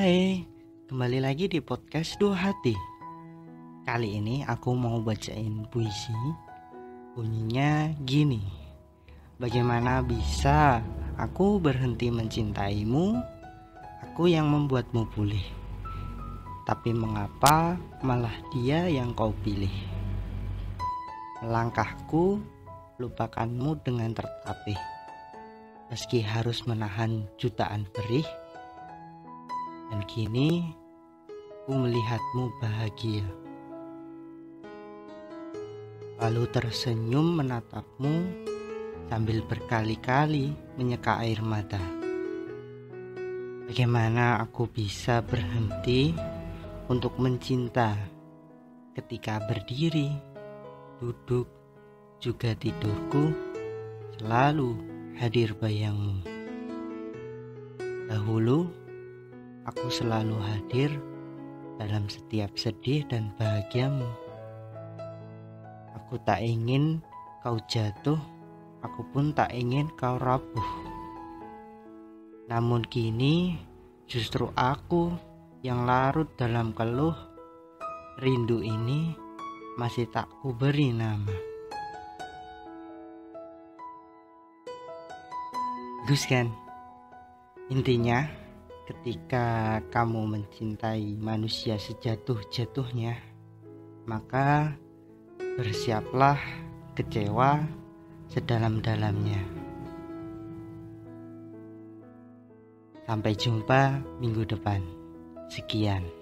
Hai, kembali lagi di podcast Dua Hati. Kali ini aku mau bacain puisi. Bunyinya gini. Bagaimana bisa aku berhenti mencintaimu? Aku yang membuatmu pulih. Tapi mengapa malah dia yang kau pilih? Langkahku lupakanmu dengan tertatih. Meski harus menahan jutaan perih. Dan kini ku melihatmu bahagia. Lalu tersenyum menatapmu sambil berkali-kali menyeka air mata. Bagaimana aku bisa berhenti untuk mencinta ketika berdiri, duduk, juga tidurku selalu hadir bayangmu. Dahulu aku selalu hadir dalam setiap sedih dan bahagiamu. Aku tak ingin kau jatuh, aku pun tak ingin kau rapuh. Namun kini justru aku yang larut dalam keluh. Rindu ini masih tak kuberi nama. Bagus kan? Intinya, ketika kamu mencintai manusia sejatuh-jatuhnya, maka bersiaplah kecewa sedalam-dalamnya. Sampai jumpa minggu depan. Sekian.